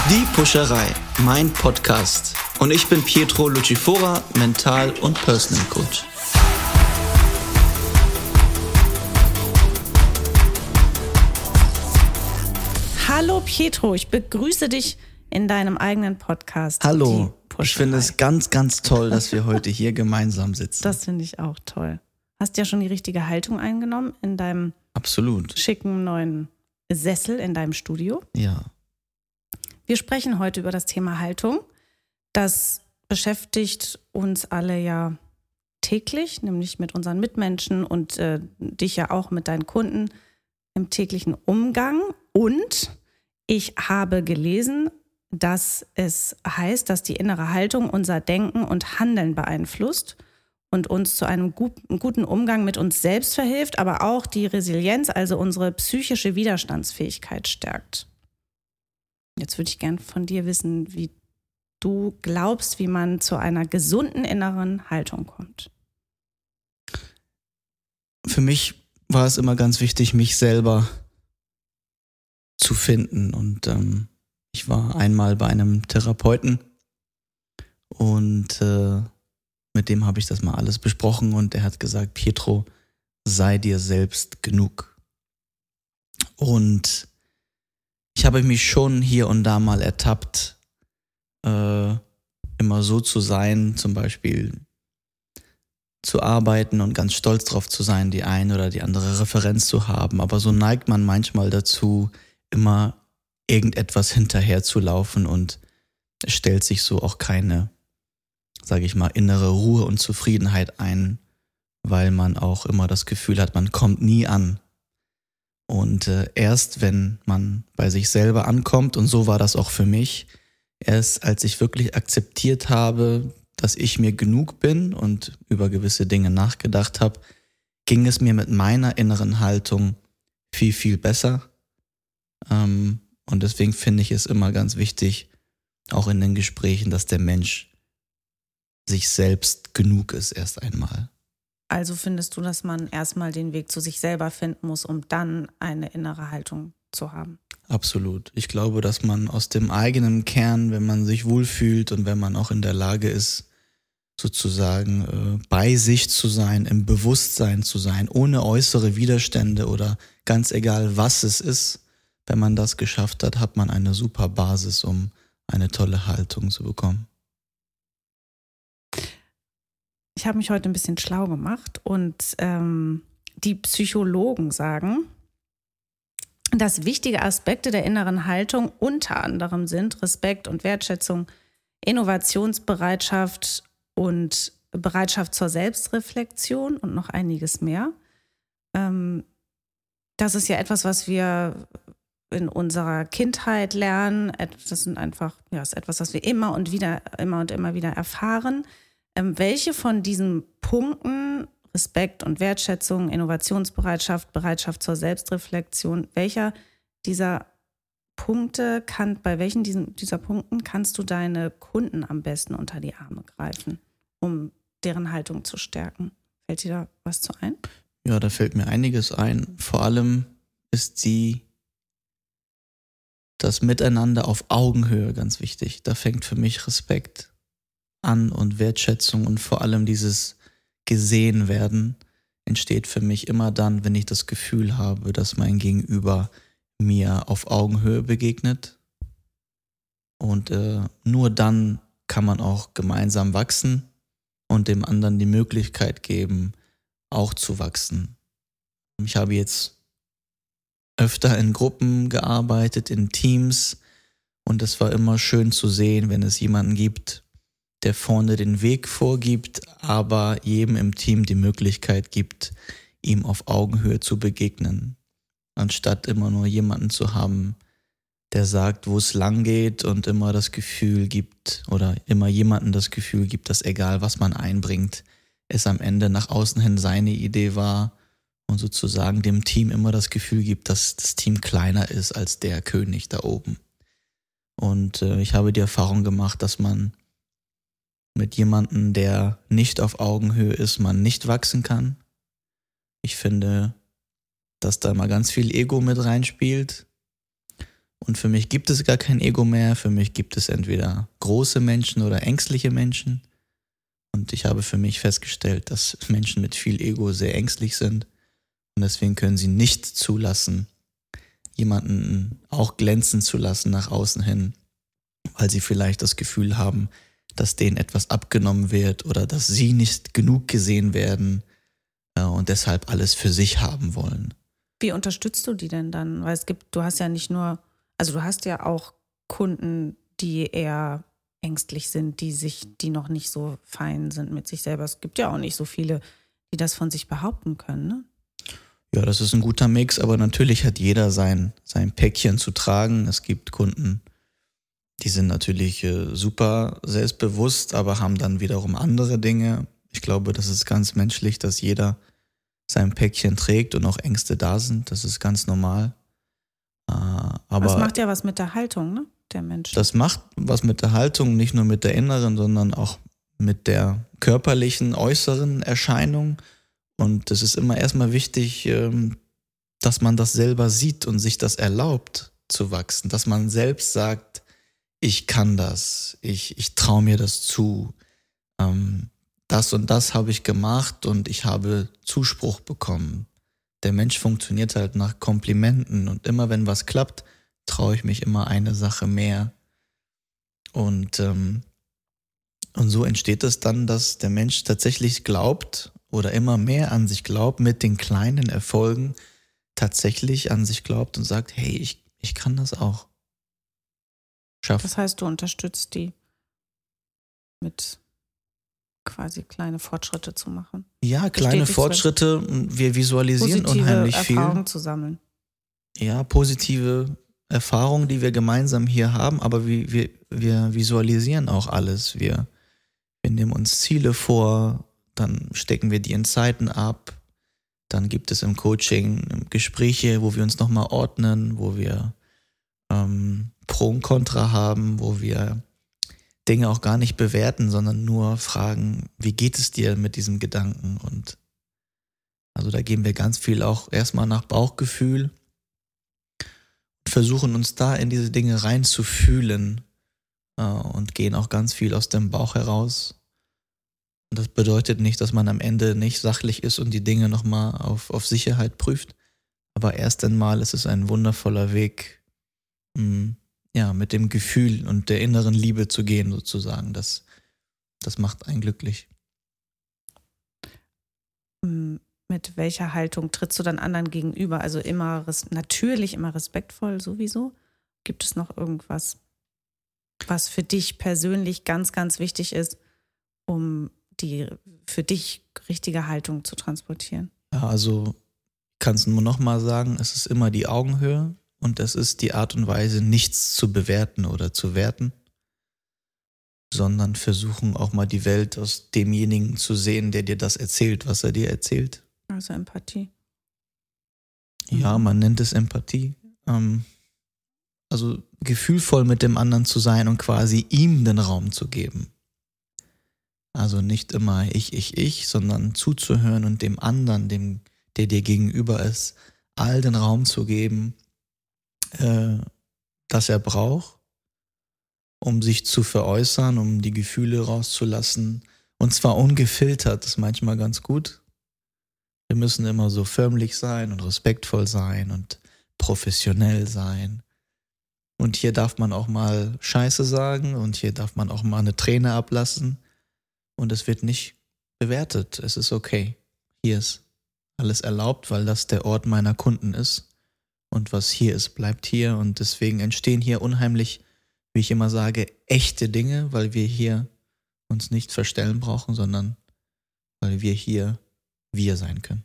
Die Pusherei, mein Podcast. Und ich bin Pietro Lucifora, Mental- und Personal Coach. Hallo Pietro, ich begrüße dich in deinem eigenen Podcast. Hallo, ich finde es ganz, ganz toll, dass wir heute hier gemeinsam sitzen. Das finde ich auch toll. Hast ja schon die richtige Haltung eingenommen in deinem Absolut schicken neuen Sessel in deinem Studio. Ja. Wir sprechen heute über das Thema Haltung. Das beschäftigt uns alle ja täglich, nämlich mit unseren Mitmenschen und dich ja auch mit deinen Kunden im täglichen Umgang. Und ich habe gelesen, dass es heißt, dass die innere Haltung unser Denken und Handeln beeinflusst und uns zu einem guten Umgang mit uns selbst verhilft, aber auch die Resilienz, also unsere psychische Widerstandsfähigkeit stärkt. Jetzt würde ich gern von dir wissen, wie du glaubst, wie man zu einer gesunden inneren Haltung kommt. Für mich war es immer ganz wichtig, mich selber zu finden. Und ich war einmal bei einem Therapeuten und mit dem habe ich das mal alles besprochen und er hat gesagt, Pietro, sei dir selbst genug. Und ich habe mich schon hier und da mal ertappt, immer so zu sein, zum Beispiel zu arbeiten und ganz stolz drauf zu sein, die eine oder die andere Referenz zu haben. Aber so neigt man manchmal dazu, immer irgendetwas hinterher zu laufen und es stellt sich so auch keine, sage ich mal, innere Ruhe und Zufriedenheit ein, weil man auch immer das Gefühl hat, man kommt nie an. Und erst wenn man bei sich selber ankommt, und so war das auch für mich, erst als ich wirklich akzeptiert habe, dass ich mir genug bin und über gewisse Dinge nachgedacht habe, ging es mir mit meiner inneren Haltung viel, viel besser. Und deswegen finde ich es immer ganz wichtig, auch in den Gesprächen, dass der Mensch sich selbst genug ist erst einmal. Also findest du, dass man erstmal den Weg zu sich selber finden muss, um dann eine innere Haltung zu haben? Absolut. Ich glaube, dass man aus dem eigenen Kern, wenn man sich wohlfühlt und wenn man auch in der Lage ist, sozusagen bei sich zu sein, im Bewusstsein zu sein, ohne äußere Widerstände oder ganz egal, was es ist, wenn man das geschafft hat, hat man eine super Basis, um eine tolle Haltung zu bekommen. Ich habe mich heute ein bisschen schlau gemacht und die Psychologen sagen, dass wichtige Aspekte der inneren Haltung unter anderem sind Respekt und Wertschätzung, Innovationsbereitschaft und Bereitschaft zur Selbstreflexion und noch einiges mehr. Das ist ja etwas, was wir in unserer Kindheit lernen. Das sind einfach, ja, ist etwas, was wir immer und immer wieder erfahren. Welche von diesen Punkten, Respekt und Wertschätzung, Innovationsbereitschaft, Bereitschaft zur Selbstreflexion, welcher dieser Punkte bei welchen dieser Punkten kannst du deine Kunden am besten unter die Arme greifen, um deren Haltung zu stärken? Fällt dir da was zu ein? Ja, da fällt mir einiges ein. Vor allem ist das Miteinander auf Augenhöhe ganz wichtig. Da fängt für mich Respekt an und Wertschätzung und vor allem dieses gesehen werden entsteht für mich immer dann, wenn ich das Gefühl habe, dass mein Gegenüber mir auf Augenhöhe begegnet. Und nur dann kann man auch gemeinsam wachsen und dem anderen die Möglichkeit geben, auch zu wachsen. Ich habe jetzt öfter in Gruppen gearbeitet, in Teams und es war immer schön zu sehen, wenn es jemanden gibt, der vorne den Weg vorgibt, aber jedem im Team die Möglichkeit gibt, ihm auf Augenhöhe zu begegnen. Anstatt immer nur jemanden zu haben, der sagt, wo es lang geht und immer das Gefühl gibt oder immer jemandem das Gefühl gibt, dass egal was man einbringt, es am Ende nach außen hin seine Idee war und sozusagen dem Team immer das Gefühl gibt, dass das Team kleiner ist als der König da oben. Und ich habe die Erfahrung gemacht, dass man mit jemandem, der nicht auf Augenhöhe ist, man nicht wachsen kann. Ich finde, dass da mal ganz viel Ego mit reinspielt Und für mich gibt es gar kein Ego mehr. Für mich gibt es entweder große Menschen oder ängstliche Menschen. Und ich habe für mich festgestellt, dass Menschen mit viel Ego sehr ängstlich sind. Und deswegen können sie nicht zulassen, jemanden auch glänzen zu lassen nach außen hin, weil sie vielleicht das Gefühl haben, dass denen etwas abgenommen wird oder dass sie nicht genug gesehen werden und deshalb alles für sich haben wollen. Wie unterstützt du die denn dann? Weil du hast ja nicht nur, also du hast ja auch Kunden, die eher ängstlich sind, die noch nicht so fein sind mit sich selber. Es gibt ja auch nicht so viele, die das von sich behaupten können, ne? Ja, das ist ein guter Mix, aber natürlich hat jeder sein Päckchen zu tragen. Es gibt Kunden, die sind natürlich super selbstbewusst, aber haben dann wiederum andere Dinge. Ich glaube, das ist ganz menschlich, dass jeder sein Päckchen trägt und auch Ängste da sind. Das ist ganz normal. Aber das macht ja was mit der Haltung, ne, der Menschen. Das macht was mit der Haltung, nicht nur mit der inneren, sondern auch mit der körperlichen, äußeren Erscheinung. Und es ist immer erstmal wichtig, dass man das selber sieht und sich das erlaubt zu wachsen. Dass man selbst sagt, ich kann das, ich traue mir das zu. Das und das habe ich gemacht und ich habe Zuspruch bekommen. Der Mensch funktioniert halt nach Komplimenten und immer wenn was klappt, traue ich mich immer eine Sache mehr. Und so entsteht es dann, dass der Mensch tatsächlich glaubt oder immer mehr an sich glaubt, mit den kleinen Erfolgen tatsächlich an sich glaubt und sagt, hey, ich kann das auch schaffen. Das heißt, du unterstützt die mit quasi kleine Fortschritte zu machen. Ja, kleine Fortschritte. Wir visualisieren positive unheimlich viel. Erfahrungen zu sammeln. Ja, positive Erfahrungen, die wir gemeinsam hier haben, aber wir visualisieren auch alles. Wir nehmen uns Ziele vor, dann stecken wir die in Zeiten ab. Dann gibt es im Coaching Gespräche, wo wir uns nochmal ordnen, wo wir Pro und Contra haben, wo wir Dinge auch gar nicht bewerten, sondern nur fragen, wie geht es dir mit diesem Gedanken? Und also da gehen wir ganz viel auch erstmal nach Bauchgefühl und versuchen uns da in diese Dinge reinzufühlen und gehen auch ganz viel aus dem Bauch heraus. Und das bedeutet nicht, dass man am Ende nicht sachlich ist und die Dinge nochmal auf Sicherheit prüft. Aber erst einmal ist es ein wundervoller Weg, mit dem Gefühl und der inneren Liebe zu gehen, sozusagen. Das macht einen glücklich. Mit welcher Haltung trittst du dann anderen gegenüber? Also natürlich immer respektvoll sowieso. Gibt es noch irgendwas, was für dich persönlich ganz, ganz wichtig ist, um die für dich richtige Haltung zu transportieren? Ja, also ich kann es nur noch mal sagen, es ist immer die Augenhöhe und es ist die Art und Weise, nichts zu bewerten oder zu werten, sondern versuchen auch mal die Welt aus demjenigen zu sehen, der dir das erzählt, was er dir erzählt. Also Empathie. Ja, man nennt es Empathie. Also gefühlvoll mit dem anderen zu sein und quasi ihm den Raum zu geben. Also nicht immer ich, sondern zuzuhören und dem anderen, der dir gegenüber ist, all den Raum zu geben, das er braucht, um sich zu veräußern, um die Gefühle rauszulassen. Und zwar ungefiltert, das ist manchmal ganz gut. Wir müssen immer so förmlich sein und respektvoll sein und professionell sein. Und hier darf man auch mal Scheiße sagen und hier darf man auch mal eine Träne ablassen. Und es wird nicht bewertet. Es ist okay. Hier ist alles erlaubt, weil das der Ort meiner Kunden ist. Und was hier ist, bleibt hier. Und deswegen entstehen hier unheimlich, wie ich immer sage, echte Dinge, weil wir hier uns nicht verstellen brauchen, sondern weil wir hier wir sein können.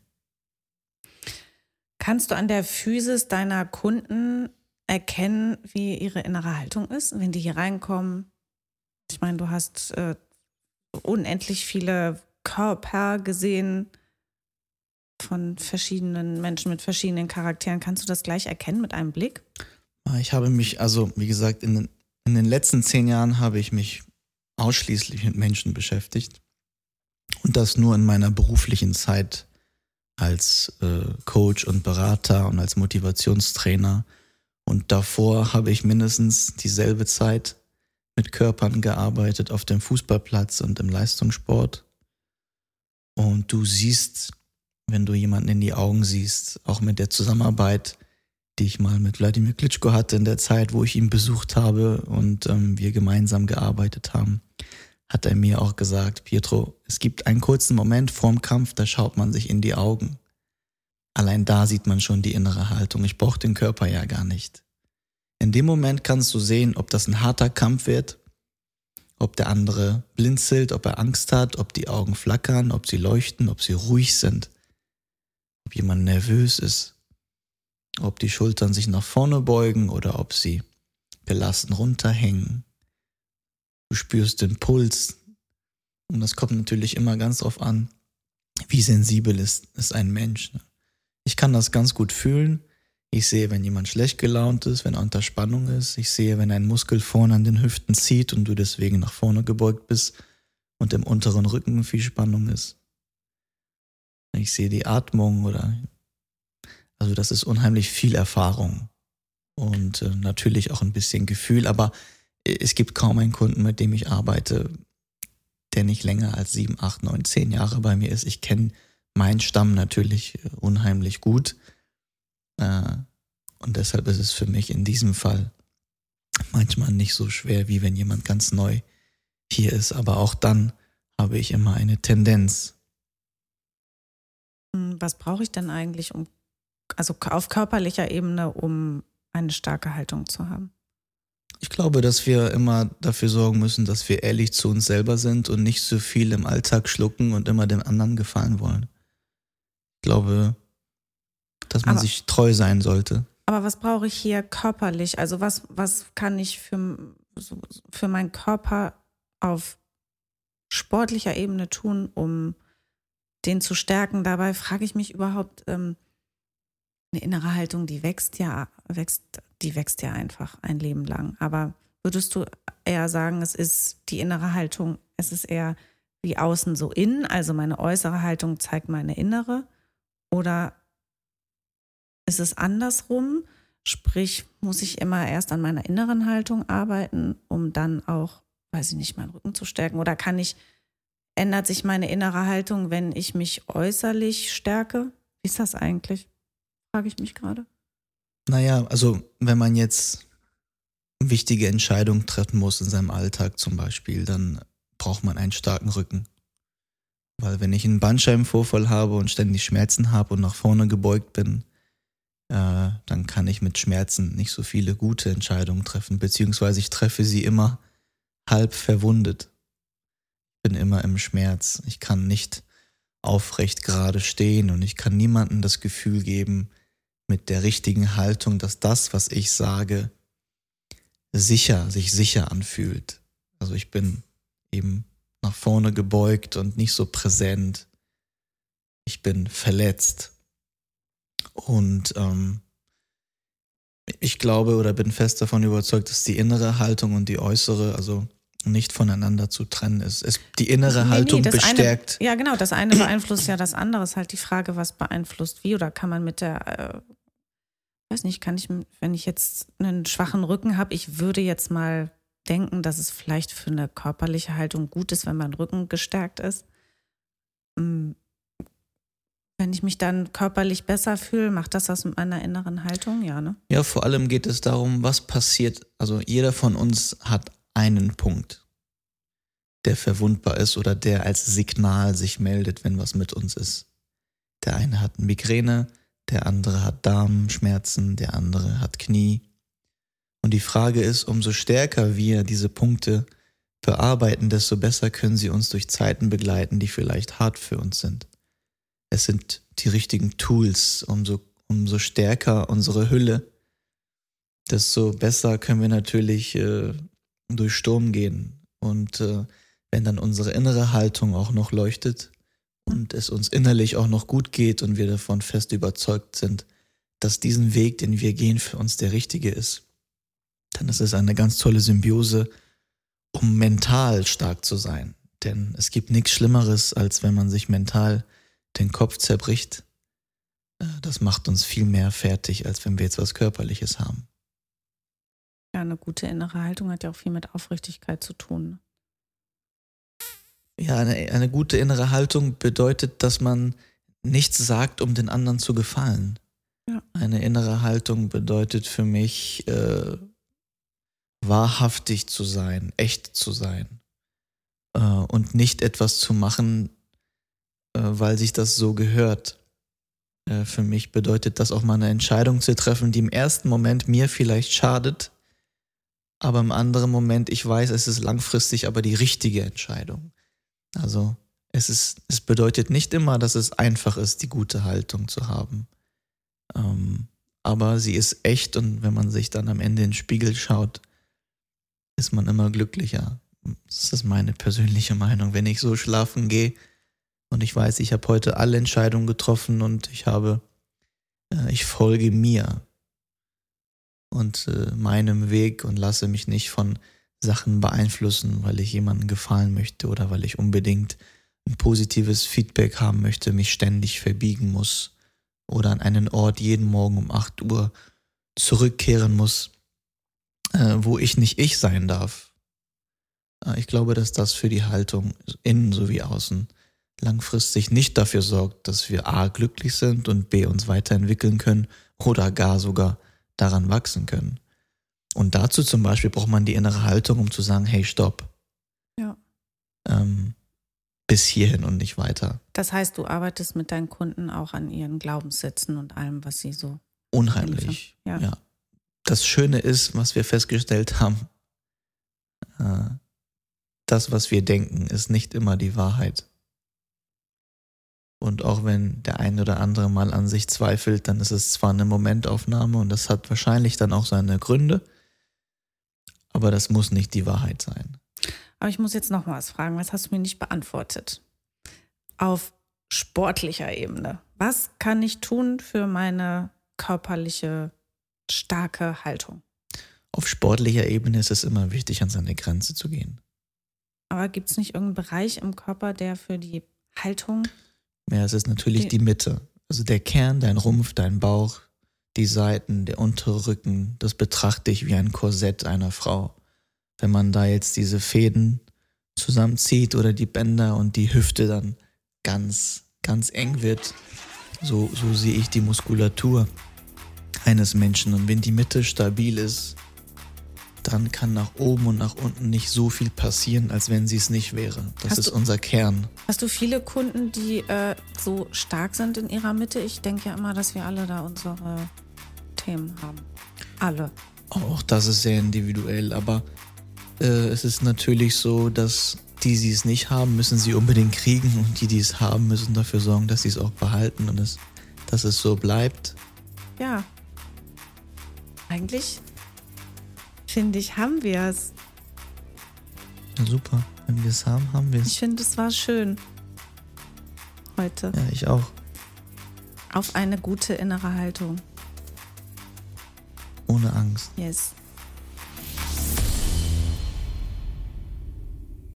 Kannst du an der Physis deiner Kunden erkennen, wie ihre innere Haltung ist, wenn die hier reinkommen? Ich meine, du hast unendlich viele Körper gesehen von verschiedenen Menschen mit verschiedenen Charakteren. Kannst du das gleich erkennen mit einem Blick? Ich habe mich, wie gesagt, in den letzten 10 Jahren habe ich mich ausschließlich mit Menschen beschäftigt. Und das nur in meiner beruflichen Zeit als Coach und Berater und als Motivationstrainer. Und davor habe ich mindestens dieselbe Zeit mit Körpern gearbeitet auf dem Fußballplatz und im Leistungssport. Und du siehst, wenn du jemanden in die Augen siehst, auch mit der Zusammenarbeit, die ich mal mit Wladimir Klitschko hatte in der Zeit, wo ich ihn besucht habe und wir gemeinsam gearbeitet haben, hat er mir auch gesagt, Pietro, es gibt einen kurzen Moment vorm Kampf, da schaut man sich in die Augen. Allein da sieht man schon die innere Haltung. Ich brauche den Körper ja gar nicht. In dem Moment kannst du sehen, ob das ein harter Kampf wird, ob der andere blinzelt, ob er Angst hat, ob die Augen flackern, ob sie leuchten, ob sie ruhig sind, ob jemand nervös ist, ob die Schultern sich nach vorne beugen oder ob sie gelassen runterhängen. Du spürst den Puls und das kommt natürlich immer ganz drauf an, wie sensibel ist ein Mensch. Ich kann das ganz gut fühlen. Ich sehe, wenn jemand schlecht gelaunt ist, wenn er unter Spannung ist. Ich sehe, wenn ein Muskel vorne an den Hüften zieht und du deswegen nach vorne gebeugt bist und im unteren Rücken viel Spannung ist. Ich sehe die Atmung also das ist unheimlich viel Erfahrung und natürlich auch ein bisschen Gefühl, aber es gibt kaum einen Kunden, mit dem ich arbeite, der nicht länger als 7, 8, 9, 10 Jahre bei mir ist. Ich kenne meinen Stamm natürlich unheimlich gut. Und deshalb ist es für mich in diesem Fall manchmal nicht so schwer, wie wenn jemand ganz neu hier ist. Aber auch dann habe ich immer eine Tendenz. Was brauche ich denn eigentlich, also auf körperlicher Ebene, um eine starke Haltung zu haben? Ich glaube, dass wir immer dafür sorgen müssen, dass wir ehrlich zu uns selber sind und nicht so viel im Alltag schlucken und immer dem anderen gefallen wollen. Ich glaube, dass man sich treu sein sollte. Aber was brauche ich hier körperlich? Also was kann ich für meinen Körper auf sportlicher Ebene tun, um den zu stärken? Dabei frage ich mich überhaupt, eine innere Haltung, die wächst ja einfach ein Leben lang. Aber würdest du eher sagen, es ist die innere Haltung, es ist eher wie außen so innen, also meine äußere Haltung zeigt meine innere? Oder ist es andersrum? Sprich, muss ich immer erst an meiner inneren Haltung arbeiten, um dann auch, weiß ich nicht, meinen Rücken zu stärken? Oder ändert sich meine innere Haltung, wenn ich mich äußerlich stärke? Wie ist das eigentlich? Frage ich mich gerade. Naja, also wenn man jetzt wichtige Entscheidungen treffen muss in seinem Alltag zum Beispiel, dann braucht man einen starken Rücken. Weil wenn ich einen Bandscheibenvorfall habe und ständig Schmerzen habe und nach vorne gebeugt bin, dann kann ich mit Schmerzen nicht so viele gute Entscheidungen treffen, beziehungsweise ich treffe sie immer halb verwundet. Ich bin immer im Schmerz. Ich kann nicht aufrecht gerade stehen und ich kann niemandem das Gefühl geben, mit der richtigen Haltung, dass das, was ich sage, sich sicher anfühlt. Also ich bin eben nach vorne gebeugt und nicht so präsent. Ich bin verletzt. Und ich glaube oder bin fest davon überzeugt, dass die innere Haltung und die äußere, also nicht voneinander zu trennen ist. Die innere Haltung bestärkt. Ja, genau, das eine beeinflusst ja das andere. Ist halt die Frage, was beeinflusst wie, oder kann man mit weiß nicht, wenn ich jetzt einen schwachen Rücken habe, ich würde jetzt mal denken, dass es vielleicht für eine körperliche Haltung gut ist, wenn mein Rücken gestärkt ist. Wenn ich mich dann körperlich besser fühle, macht das was mit meiner inneren Haltung? Ja, ne? Ja, vor allem geht es darum, was passiert. Also jeder von uns hat einen Punkt, der verwundbar ist oder der als Signal sich meldet, wenn was mit uns ist. Der eine hat Migräne, der andere hat Darmschmerzen, der andere hat Knie. Und die Frage ist, umso stärker wir diese Punkte bearbeiten, desto besser können sie uns durch Zeiten begleiten, die vielleicht hart für uns sind. Es sind die richtigen Tools, umso stärker unsere Hülle, desto besser können wir natürlich durch Sturm gehen. Und wenn dann unsere innere Haltung auch noch leuchtet und es uns innerlich auch noch gut geht und wir davon fest überzeugt sind, dass diesen Weg, den wir gehen, für uns der richtige ist, dann ist es eine ganz tolle Symbiose, um mental stark zu sein. Denn es gibt nichts Schlimmeres, als wenn man sich mental den Kopf zerbricht. Das macht uns viel mehr fertig, als wenn wir jetzt was Körperliches haben. Ja, eine gute innere Haltung hat ja auch viel mit Aufrichtigkeit zu tun. Ja, eine gute innere Haltung bedeutet, dass man nichts sagt, um den anderen zu gefallen. Ja. Eine innere Haltung bedeutet für mich, wahrhaftig zu sein, echt zu sein und nicht etwas zu machen, weil sich das so gehört. Für mich bedeutet das auch mal eine Entscheidung zu treffen, die im ersten Moment mir vielleicht schadet, aber im anderen Moment ich weiß, es ist langfristig aber die richtige Entscheidung. Also es bedeutet nicht immer, dass es einfach ist, die gute Haltung zu haben. Aber sie ist echt und wenn man sich dann am Ende in den Spiegel schaut, ist man immer glücklicher. Das ist meine persönliche Meinung. Wenn ich so schlafen gehe und ich weiß, ich habe heute alle Entscheidungen getroffen und ich folge mir und meinem Weg und lasse mich nicht von Sachen beeinflussen, weil ich jemandem gefallen möchte oder weil ich unbedingt ein positives Feedback haben möchte, mich ständig verbiegen muss oder an einen Ort jeden Morgen um 8 Uhr zurückkehren muss, wo ich nicht ich sein darf. Ich glaube, dass das für die Haltung innen sowie außen langfristig nicht dafür sorgt, dass wir A, glücklich sind und B, uns weiterentwickeln können oder gar sogar daran wachsen können. Und dazu zum Beispiel braucht man die innere Haltung, um zu sagen, hey, stopp. Ja. Bis hierhin und nicht weiter. Das heißt, du arbeitest mit deinen Kunden auch an ihren Glaubenssätzen und allem, was sie so... Unheimlich. Ja. Das Schöne ist, was wir festgestellt haben, das, was wir denken, ist nicht immer die Wahrheit. Und auch wenn der ein oder andere mal an sich zweifelt, dann ist es zwar eine Momentaufnahme und das hat wahrscheinlich dann auch seine Gründe, aber das muss nicht die Wahrheit sein. Aber ich muss jetzt noch mal was fragen, was hast du mir nicht beantwortet? Auf sportlicher Ebene, was kann ich tun für meine körperliche, starke Haltung? Auf sportlicher Ebene ist es immer wichtig, an seine Grenze zu gehen. Aber gibt es nicht irgendeinen Bereich im Körper, der für die Haltung... Ja, es ist natürlich die Mitte. Also der Kern, dein Rumpf, dein Bauch, die Seiten, der untere Rücken, das betrachte ich wie ein Korsett einer Frau. Wenn man da jetzt diese Fäden zusammenzieht oder die Bänder und die Hüfte dann ganz, ganz eng wird, so sehe ich die Muskulatur eines Menschen. Und wenn die Mitte stabil ist, dann kann nach oben und nach unten nicht so viel passieren, als wenn sie es nicht wäre. Das ist unser Kern. Hast du viele Kunden, die so stark sind in ihrer Mitte? Ich denke ja immer, dass wir alle da unsere Themen haben. Alle. Auch das ist sehr individuell, aber es ist natürlich so, dass die es nicht haben, müssen sie unbedingt kriegen und die es haben, müssen dafür sorgen, dass sie es auch behalten und dass es so bleibt. Ja. Eigentlich... finde ich, haben wir es. Ja, super. Wenn wir es haben, haben wir es. Ich finde, es war schön heute. Ja, ich auch. Auf eine gute innere Haltung. Ohne Angst. Yes.